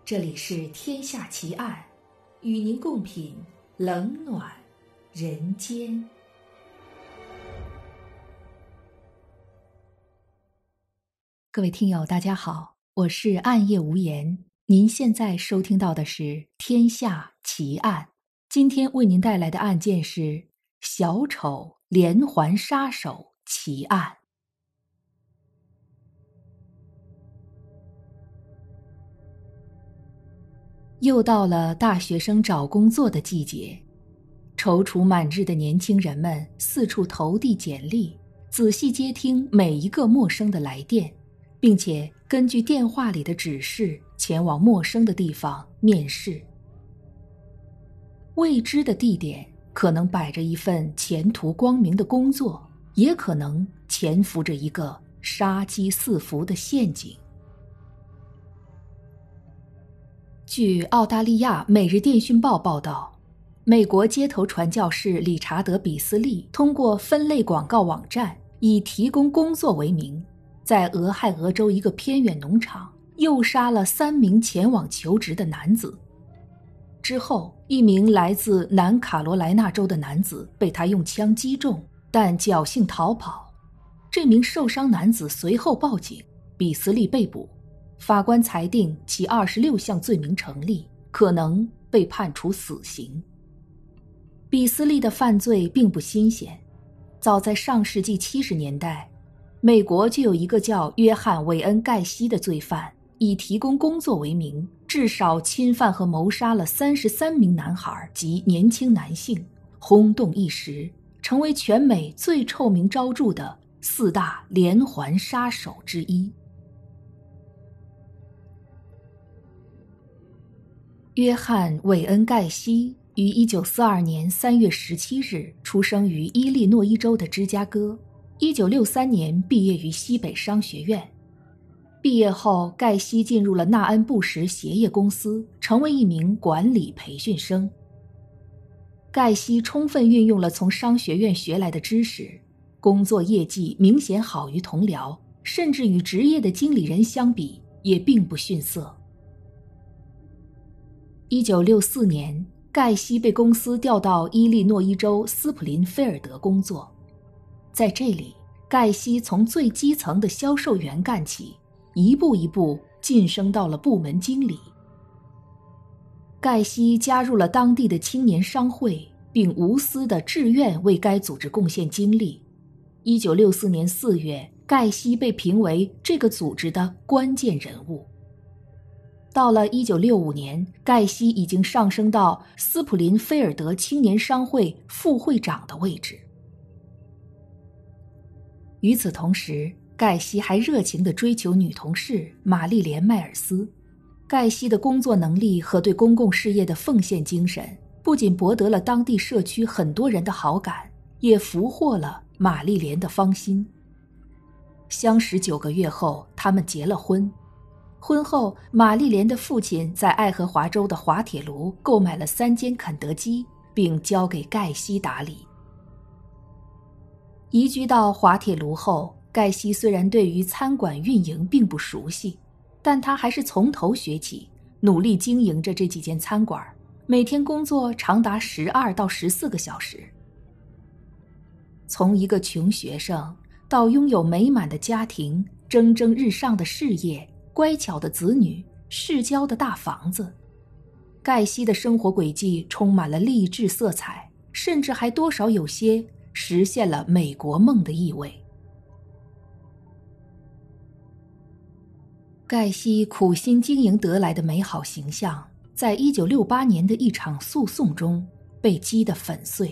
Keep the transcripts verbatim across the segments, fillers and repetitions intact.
这里是天下奇案，与您共品冷暖人间。各位听友大家好，我是暗夜无言，您现在收听到的是天下奇案。今天为您带来的案件是小丑连环杀手奇案。又到了大学生找工作的季节，踌躇满志的年轻人们四处投递简历，仔细接听每一个陌生的来电，并且根据电话里的指示前往陌生的地方面试。未知的地点可能摆着一份前途光明的工作，也可能潜伏着一个杀机四伏的陷阱。据澳大利亚《每日电讯报》报道，美国街头传教士理查德·比斯利通过分类广告网站，以提供工作为名，在俄亥俄州一个偏远农场诱杀了三名前往求职的男子。之后，一名来自南卡罗来纳州的男子被他用枪击中，但侥幸逃跑。这名受伤男子随后报警，比斯利被捕。法官裁定其二十六项罪名成立，可能被判处死刑。比斯利的犯罪并不新鲜，早在上世纪七十年代，美国就有一个叫约翰·韦恩·盖西的罪犯，以提供工作为名，至少侵犯和谋杀了三十三名男孩及年轻男性，轰动一时，成为全美最臭名昭著的四大连环杀手之一。约翰·韦恩·盖西于一九四二年三月十七日出生于伊利诺伊州的芝加哥，一九六三年毕业于西北商学院。毕业后，盖西进入了纳恩布什鞋业公司，成为一名管理培训生。盖西充分运用了从商学院学来的知识，工作业绩明显好于同僚，甚至与职业的经理人相比也并不逊色。一九六四年，盖西被公司调到伊利诺伊州斯普林菲尔德工作。在这里，盖西从最基层的销售员干起，一步一步晋升到了部门经理。盖西加入了当地的青年商会，并无私地志愿为该组织贡献精力。一九六四年四月，盖西被评为这个组织的关键人物。到了一九六五年，盖西已经上升到斯普林菲尔德青年商会副会长的位置。与此同时，盖西还热情地追求女同事玛丽莲·迈尔斯。盖西的工作能力和对公共事业的奉献精神，不仅博得了当地社区很多人的好感，也俘获了玛丽莲的芳心。相识九个月后，他们结了婚。婚后，玛丽莲的父亲在爱荷华州的滑铁卢购买了三间肯德基，并交给盖西打理。移居到滑铁卢后，盖西虽然对于餐馆运营并不熟悉，但他还是从头学起，努力经营着这几间餐馆，每天工作长达十二到十四个小时。从一个穷学生到拥有美满的家庭、蒸蒸日上的事业、乖巧的子女、市郊的大房子，盖西的生活轨迹充满了励志色彩，甚至还多少有些实现了美国梦的意味。盖西苦心经营得来的美好形象，在一九六八年的一场诉讼中被击得粉碎。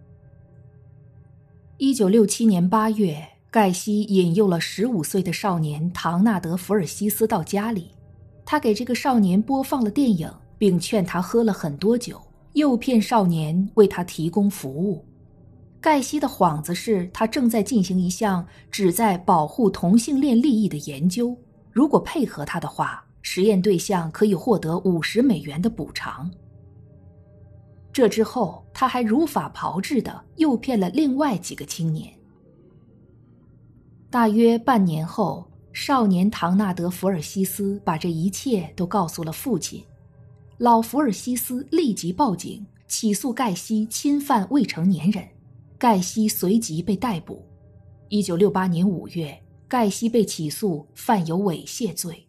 一九六七年八月，盖西引诱了十五岁的少年唐纳德·福尔西斯到家里，他给这个少年播放了电影，并劝他喝了很多酒，诱骗少年为他提供服务。盖西的幌子是他正在进行一项旨在保护同性恋利益的研究，如果配合他的话，实验对象可以获得五十美元的补偿。这之后，他还如法炮制地诱骗了另外几个青年。大约半年后， 少年唐纳德·福尔西斯把这一切都告诉了父亲。老福尔西斯立即报警，起诉盖西侵犯未成年人。盖西随即被逮捕。一九六八年五月，盖西被起诉犯有猥亵罪。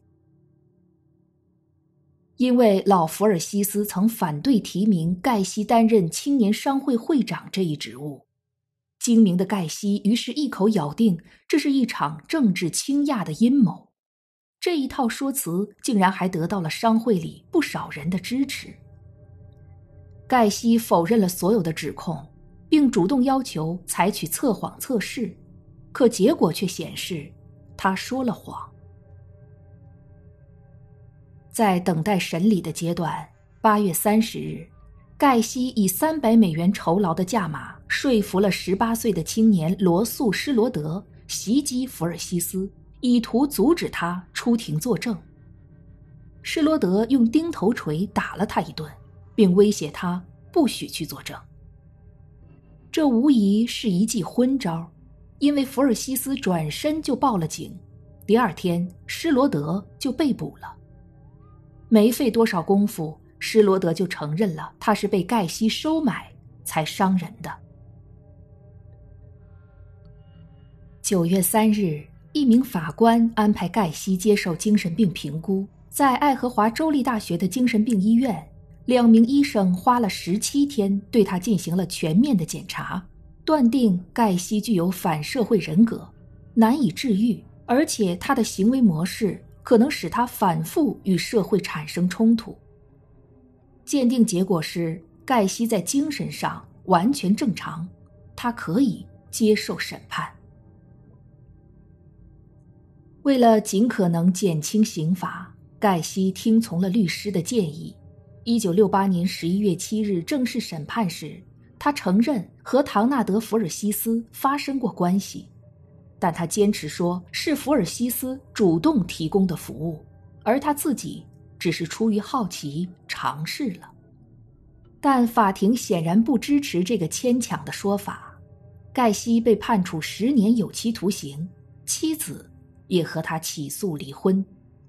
因为老福尔西斯曾反对提名盖西担任青年商会会长这一职务，精明的盖西于是一口咬定这是一场政治倾轧的阴谋。这一套说辞竟然还得到了商会里不少人的支持。盖西否认了所有的指控，并主动要求采取测谎测试，可结果却显示他说了谎。在等待审理的阶段，八月三十日，盖西以三百美元酬劳的价码说服了十八岁的青年罗素·施罗德袭击福尔西斯，以图阻止他出庭作证。施罗德用钉头锤打了他一顿，并威胁他不许去作证。这无疑是一记昏招，因为福尔西斯转身就报了警，第二天施罗德就被捕了。没费多少功夫，施罗德就承认了他是被盖西收买才伤人的。九月三日，一名法官安排盖西接受精神病评估，在爱荷华州立大学的精神病医院，两名医生花了十七天对他进行了全面的检查，断定盖西具有反社会人格，难以治愈，而且他的行为模式可能使他反复与社会产生冲突。鉴定结果是，盖西在精神上完全正常，他可以接受审判。为了尽可能减轻刑罚，盖西听从了律师的建议。一九六八年十一月七日正式审判时，他承认和唐纳德·福尔西斯发生过关系，但他坚持说是福尔西斯主动提供的服务，而他自己只是出于好奇尝试了。但法庭显然不支持这个牵强的说法，盖西被判处十年有期徒刑，妻子也和他起诉离婚。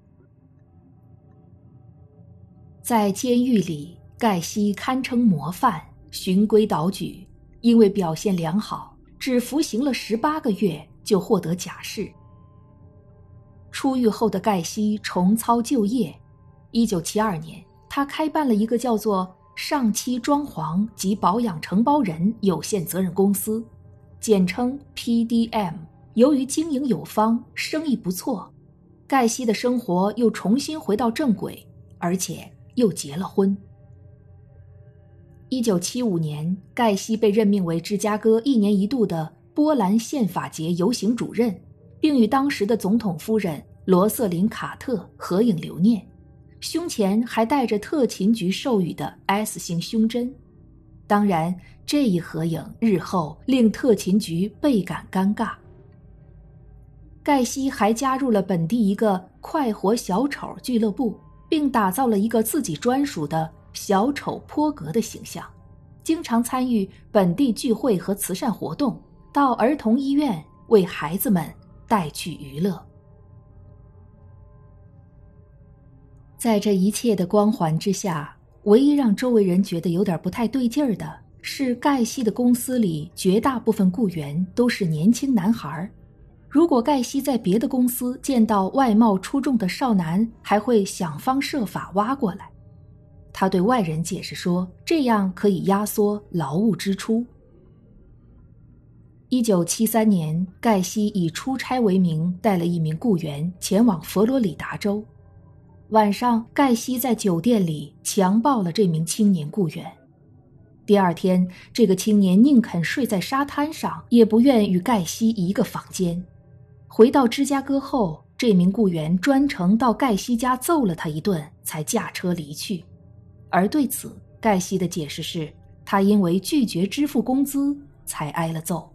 在监狱里，盖西堪称模范，循规蹈矩，因为表现良好，只服刑了十八个月就获得假释。出狱后的盖西重操旧业，一九七二年，他开办了一个叫做上漆装潢及保养承包人有限责任公司，简称 P D M。 由于经营有方，生意不错，盖西的生活又重新回到正轨，而且又结了婚。一九七五年，盖西被任命为芝加哥一年一度的波兰宪法节游行主任，并与当时的总统夫人罗瑟琳·卡特合影留念，胸前还戴着特勤局授予的 S 型胸针。当然，这一合影日后令特勤局倍感尴尬。盖西还加入了本地一个快活小丑俱乐部，并打造了一个自己专属的小丑坡格的形象，经常参与本地聚会和慈善活动，到儿童医院为孩子们带去娱乐。在这一切的光环之下，唯一让周围人觉得有点不太对劲儿的是，盖西的公司里绝大部分雇员都是年轻男孩。如果盖西在别的公司见到外貌出众的少男，还会想方设法挖过来。他对外人解释说，这样可以压缩劳务支出。一九七三年，盖西以出差为名带了一名雇员前往佛罗里达州。晚上，盖西在酒店里强暴了这名青年雇员。第二天，这个青年宁肯睡在沙滩上，也不愿与盖西一个房间。回到芝加哥后，这名雇员专程到盖西家揍了他一顿，才驾车离去。而对此，盖西的解释是，他因为拒绝支付工资才挨了揍。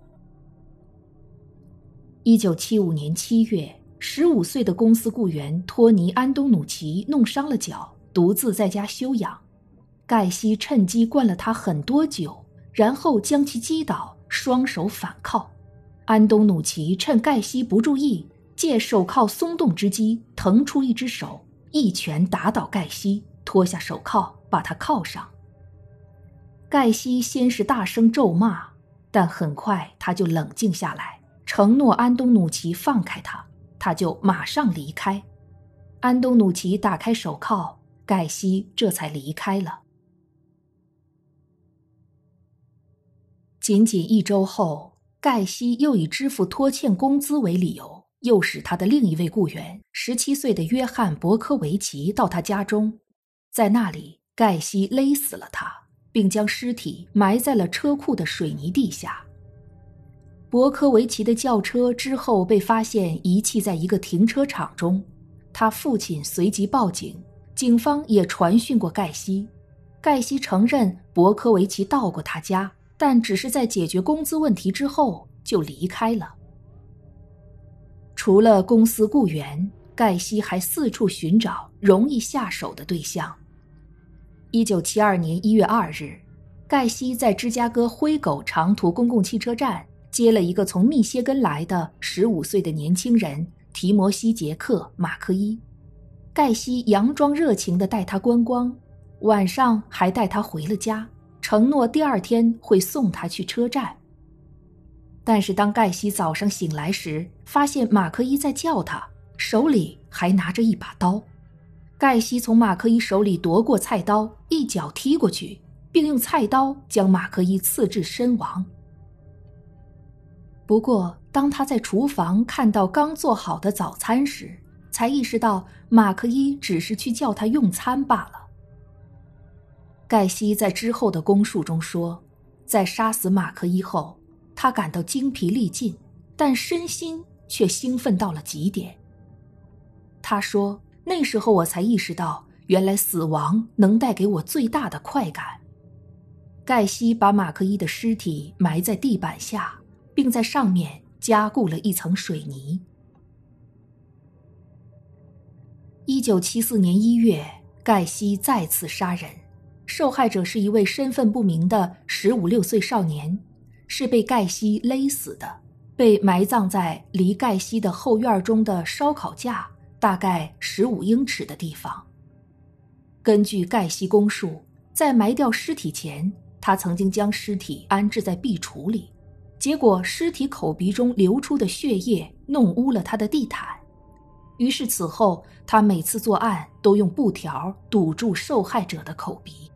一九七五年七月，十五岁的公司雇员托尼·安东努奇弄伤了脚，独自在家休养。盖西趁机灌了他很多酒，然后将其击倒，双手反铐。安东努奇趁盖西不注意， 借手铐松动之机腾出一只手，一拳打倒盖西，脱下手铐把他铐上。盖西先是大声咒骂，但很快他就冷静下来，承诺安东努奇放开他，他就马上离开。安东努奇打开手铐，盖西这才离开了。仅仅一周后，盖西又以支付拖欠工资为理由，诱使他的另一位雇员十七岁的约翰·博科维奇到他家中，在那里盖西勒死了他，并将尸体埋在了车库的水泥地下。博科维奇的轿车之后被发现遗弃在一个停车场中，他父亲随即报警，警方也传讯过盖西。盖西承认博科维奇到过他家，但只是在解决工资问题之后就离开了。除了公司雇员，盖西还四处寻找容易下手的对象。一九七二年一月二日，盖西在芝加哥灰狗长途公共汽车站接了一个从密歇根来的十五岁的年轻人提摩西·杰克·马克伊。盖西佯装热情地带他观光，晚上还带他回了家，承诺第二天会送他去车站。但是当盖西早上醒来时，发现马克伊在叫他，手里还拿着一把刀。盖西从马克伊手里夺过菜刀，一脚踢过去，并用菜刀将马克伊刺至身亡。不过当他在厨房看到刚做好的早餐时，才意识到马克伊只是去叫他用餐罢了。盖西在之后的供述中说，在杀死马克伊后，他感到精疲力尽，但身心却兴奋到了极点。他说，那时候我才意识到，原来死亡能带给我最大的快感。盖西把马克伊的尸体埋在地板下，并在上面加固了一层水泥。一九七四年一月，盖西再次杀人，受害者是一位身份不明的十五六岁少年，是被盖西勒死的，被埋葬在离盖西的后院中的烧烤架大概十五英尺的地方。根据盖西供述，在埋掉尸体前，他曾经将尸体安置在壁橱里，结果尸体口鼻中流出的血液弄污了他的地毯。于是此后他每次作案都用布条堵住受害者的口鼻。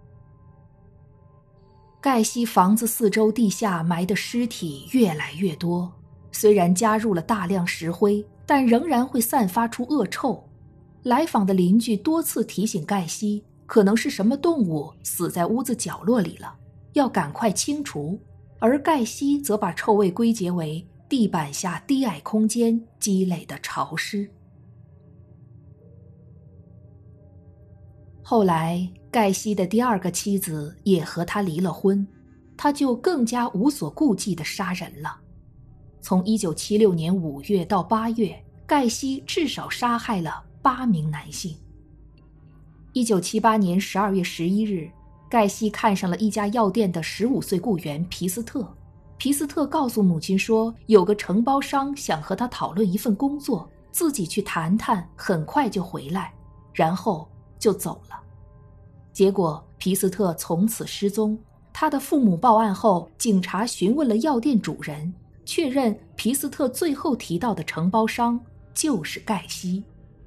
盖西房子四周地下埋的尸体越来越多，虽然加入了大量石灰，但仍然会散发出恶臭。来访的邻居多次提醒盖西，可能是什么动物死在屋子角落里了，要赶快清除，而盖西则把臭味归结为地板下低矮空间积累的潮湿。后来盖西的第二个妻子也和他离了婚，他就更加无所顾忌地杀人了。从一九七六年五月到八月，盖西至少杀害了八名男性。一九七八年十二月十一日，盖西看上了一家药店的十五岁雇员皮斯特。皮斯特告诉母亲说，有个承包商想和他讨论一份工作，自己去谈谈，很快就回来，然后就走了。结果皮斯特从此失踪，他的父母报案后，警察询问了药店主人，确认皮斯特最后提到的承包商就是盖西。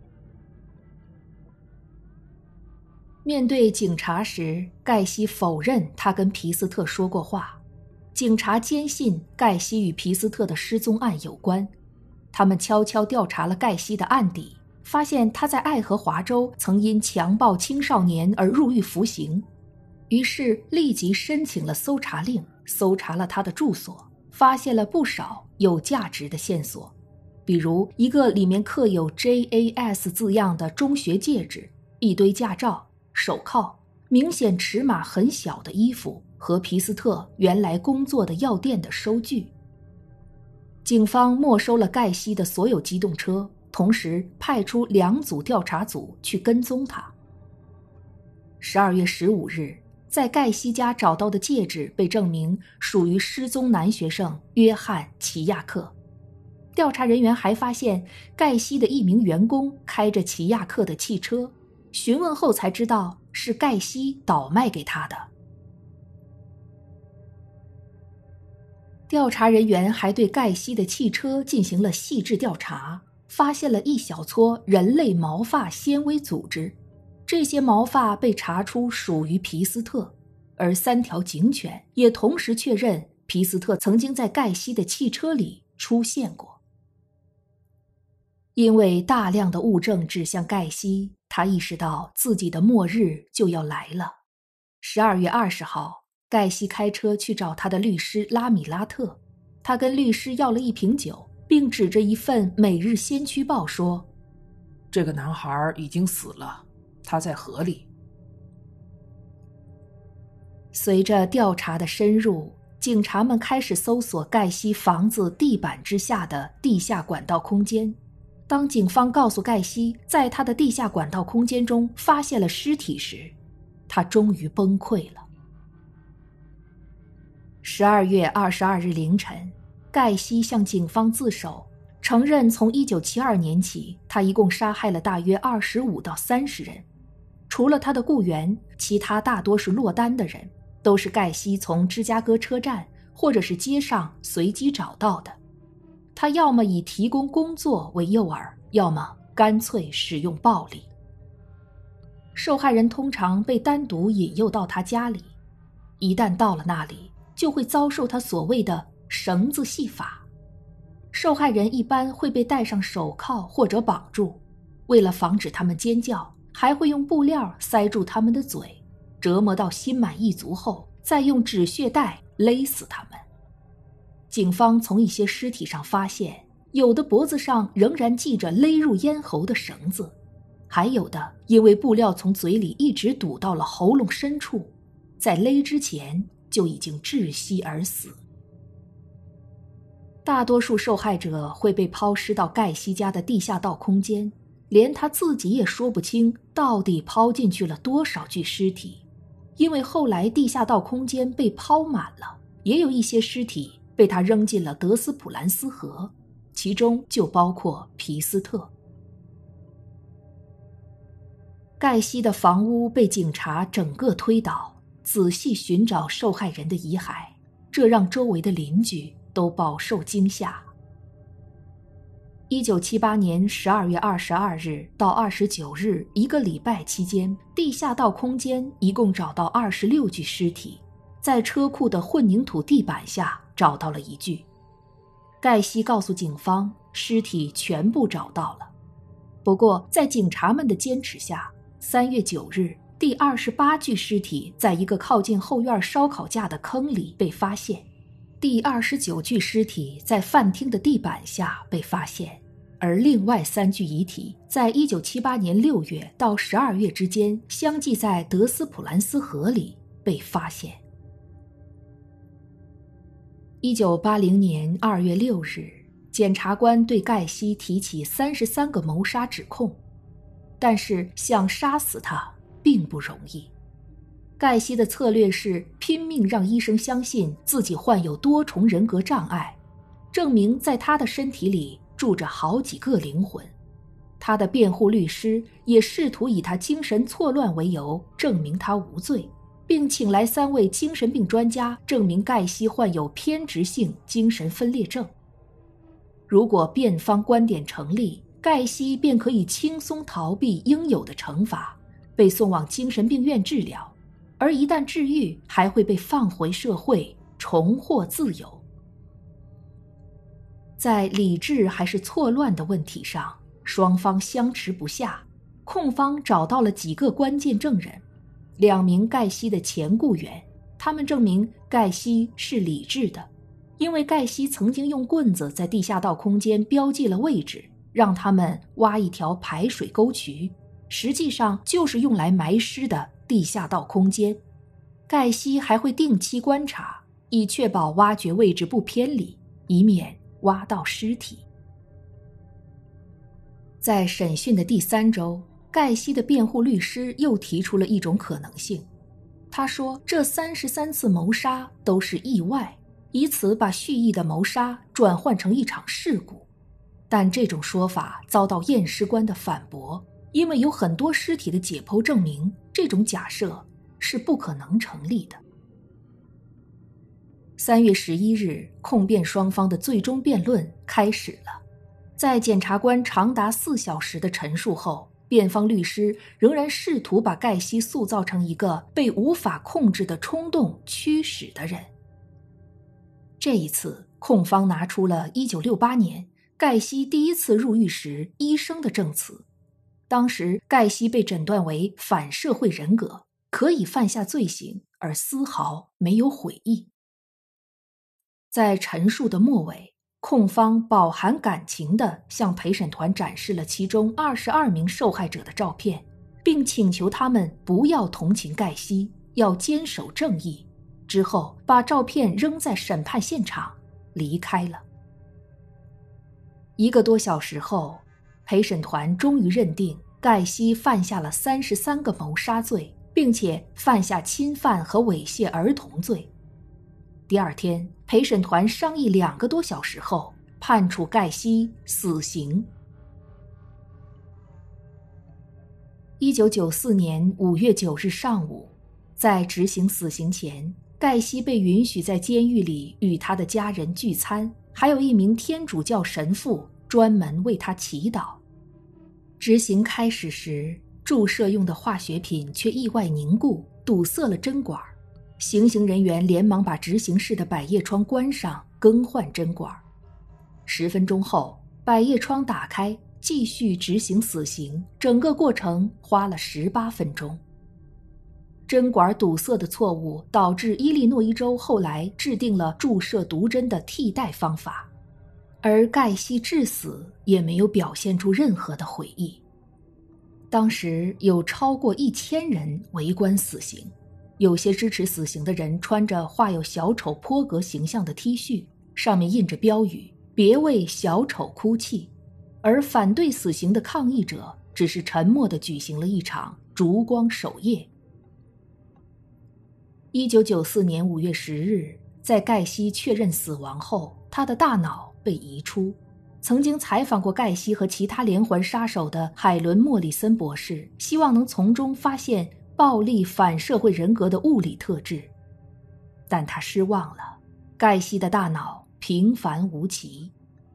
面对警察时，盖西否认他跟皮斯特说过话。警察坚信盖西与皮斯特的失踪案有关，他们悄悄调查了盖西的案底，发现他在爱荷华州曾因强暴青少年而入狱服刑，于是立即申请了搜查令，搜查了他的住所，发现了不少有价值的线索，比如一个里面刻有 J A S 字样的中学戒指，一堆驾照、手铐，明显尺码很小的衣服和皮斯特原来工作的药店的收据。警方没收了盖西的所有机动车，同时派出两组调查组去跟踪他。十二月十五日，在盖西家找到的戒指被证明属于失踪男学生约翰·齐亚克。 调查人员还发现盖西的一名员工开着齐亚克的汽车，询问后才知道是盖西倒卖给他的。调查人员还对盖西的汽车进行了细致调查，发现了一小撮人类毛发纤维组织，这些毛发被查出属于皮斯特，而三条警犬也同时确认皮斯特曾经在盖西的汽车里出现过。因为大量的物证指向盖西，他意识到自己的末日就要来了。十二月二十号，盖西开车去找他的律师拉米拉特，他跟律师要了一瓶酒，并指着一份《每日先驱报》说：“ 这个男孩已经死了，他在河里。” 随着调查的深入，警察们开始搜索盖西房子地板之下的地下管道空间。当警方告诉盖西在他的地下管道空间中发现了尸体时，他终于崩溃了。十二月二十二日凌晨，盖西向警方自首，承认从一九七二年起，他一共杀害了大约二十五到三十人。除了他的雇员，其他大多是落单的人，都是盖西从芝加哥车站或者是街上随机找到的。他要么以提供工作为诱饵，要么干脆使用暴力。受害人通常被单独引诱到他家里，一旦到了那里，就会遭受他所谓的绳子戏法。受害人一般会被戴上手铐或者绑住，为了防止他们尖叫，还会用布料塞住他们的嘴，折磨到心满意足后，再用止血带勒死他们。警方从一些尸体上发现，有的脖子上仍然系着勒入咽喉的绳子，还有的因为布料从嘴里一直堵到了喉咙深处，在勒之前就已经窒息而死。大多数受害者会被抛尸到盖西家的地下道空间，连他自己也说不清到底抛进去了多少具尸体，因为后来地下道空间被抛满了，也有一些尸体被他扔进了德斯普兰斯河，其中就包括皮斯特。盖西的房屋被警察整个推倒，仔细寻找受害人的遗骸，这让周围的邻居都饱受惊吓。一九七八年十二月二十二日到二十九日一个礼拜期间，地下道空间一共找到二十六具尸体，在车库的混凝土地板下找到了一具。盖西告诉警方，尸体全部找到了。不过在警察们的坚持下，三月九日，第二十八具尸体在一个靠近后院烧烤架的坑里被发现，第二十九具尸体在饭厅的地板下被发现，而另外三具遗体在一九七八年六月到十二月之间相继在德斯普兰斯河里被发现。一九八零年二月六日，检察官对盖西提起三十三个谋杀指控，但是想杀死他并不容易。盖西的策略是拼命让医生相信自己患有多重人格障碍，证明在他的身体里住着好几个灵魂。他的辩护律师也试图以他精神错乱为由证明他无罪，并请来三位精神病专家证明盖西患有偏执性精神分裂症。如果辩方观点成立，盖西便可以轻松逃避应有的惩罚，被送往精神病院治疗，而一旦治愈，还会被放回社会，重获自由。在理智还是错乱的问题上，双方相持不下。控方找到了几个关键证人，两名盖西的前雇员，他们证明盖西是理智的，因为盖西曾经用棍子在地下道空间标记了位置，让他们挖一条排水沟渠，实际上就是用来埋尸的地下道空间。盖西还会定期观察，以确保挖掘位置不偏离，以免挖到尸体。在审讯的第三周，盖西的辩护律师又提出了一种可能性。他说，这三十三次谋杀都是意外，以此把蓄意的谋杀转换成一场事故。 但这种说法遭到验尸官的反驳，因为有很多尸体的解剖证明这种假设是不可能成立的。三月十一日，控辩双方的最终辩论开始了。在检察官长达四小时的陈述后，辩方律师仍然试图把盖西塑造成一个被无法控制的冲动驱使的人。这一次，控方拿出了一九六八年盖西第一次入狱时医生的证词。当时盖西被诊断为反社会人格，可以犯下罪行，而丝毫没有悔意。在陈述的末尾，控方饱含感情地向陪审团展示了其中二十二名受害者的照片，并请求他们不要同情盖西，要坚守正义，之后把照片扔在审判现场，离开了。一个多小时后，陪审团终于认定盖西犯下了三十三个谋杀罪，并且犯下侵犯和猥亵儿童罪。第二天，陪审团商议两个多小时后，判处盖西死刑。一九九四年五月九日上午，在执行死刑前，盖西被允许在监狱里与他的家人聚餐，还有一名天主教神父专门为他祈祷。执行开始时，注射用的化学品却意外凝固，堵塞了针管。行刑人员连忙把执行室的百叶窗关上，更换针管。十分钟后，百叶窗打开，继续执行死刑，整个过程花了十八分钟。针管堵塞的错误导致伊利诺伊州后来制定了注射毒针的替代方法，而盖西至死也没有表现出任何的悔意。当时有超过一千人围观死刑，有些支持死刑的人穿着画有小丑坡格形象的 T 恤，上面印着标语“别为小丑哭泣”，而反对死刑的抗议者只是沉默地举行了一场烛光守夜。一九九四年五月十日，在盖西确认死亡后，他的大脑被移出。曾经采访过盖西和其他连环杀手的海伦·莫里森博士希望能从中发现暴力反社会人格的物理特质，但他失望了。盖西的大脑平凡无奇。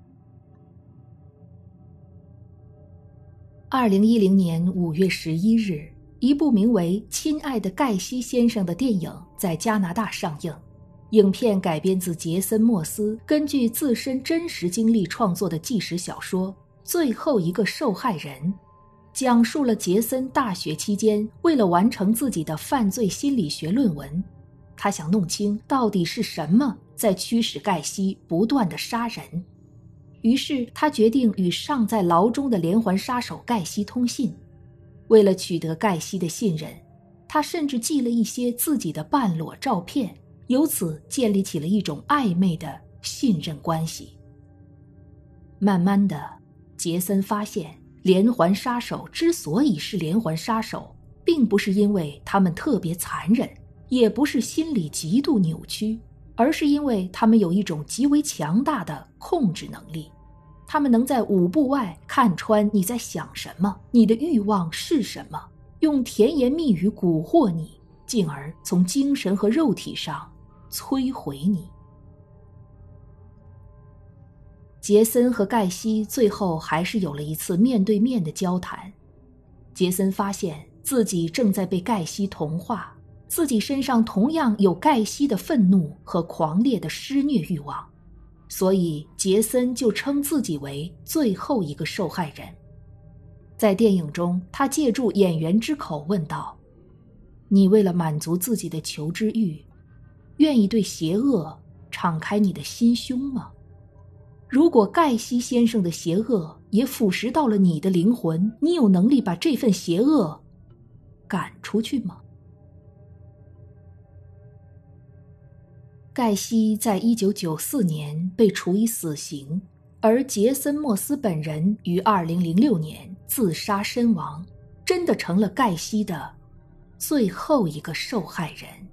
二零一零年五月十一日，一部名为《亲爱的盖西先生》的电影在加拿大上映。影片改编自杰森·莫斯根据自身真实经历创作的纪实小说《最后一个受害人》，讲述了杰森大学期间为了完成自己的犯罪心理学论文，他想弄清到底是什么在驱使盖西不断地杀人。于是他决定与尚在牢中的连环杀手盖西通信。为了取得盖西的信任，他甚至寄了一些自己的半裸照片，由此建立起了一种暧昧的信任关系。慢慢的，杰森发现连环杀手之所以是连环杀手，并不是因为他们特别残忍，也不是心理极度扭曲，而是因为他们有一种极为强大的控制能力。他们能在五步外看穿你在想什么，你的欲望是什么，用甜言蜜语蛊惑你，进而从精神和肉体上摧毁你。杰森和盖西最后还是有了一次面对面的交谈。杰森发现自己正在被盖西同化，自己身上同样有盖西的愤怒和狂烈的施虐欲望，所以杰森就称自己为最后一个受害人。在电影中，他借助演员之口问道：你为了满足自己的求知欲，愿意对邪恶敞开你的心胸吗？如果盖西先生的邪恶也腐蚀到了你的灵魂，你有能力把这份邪恶赶出去吗？盖西在一九九四年被处以死刑，而杰森·莫斯本人于二零零六年自杀身亡，真的成了盖西的最后一个受害人。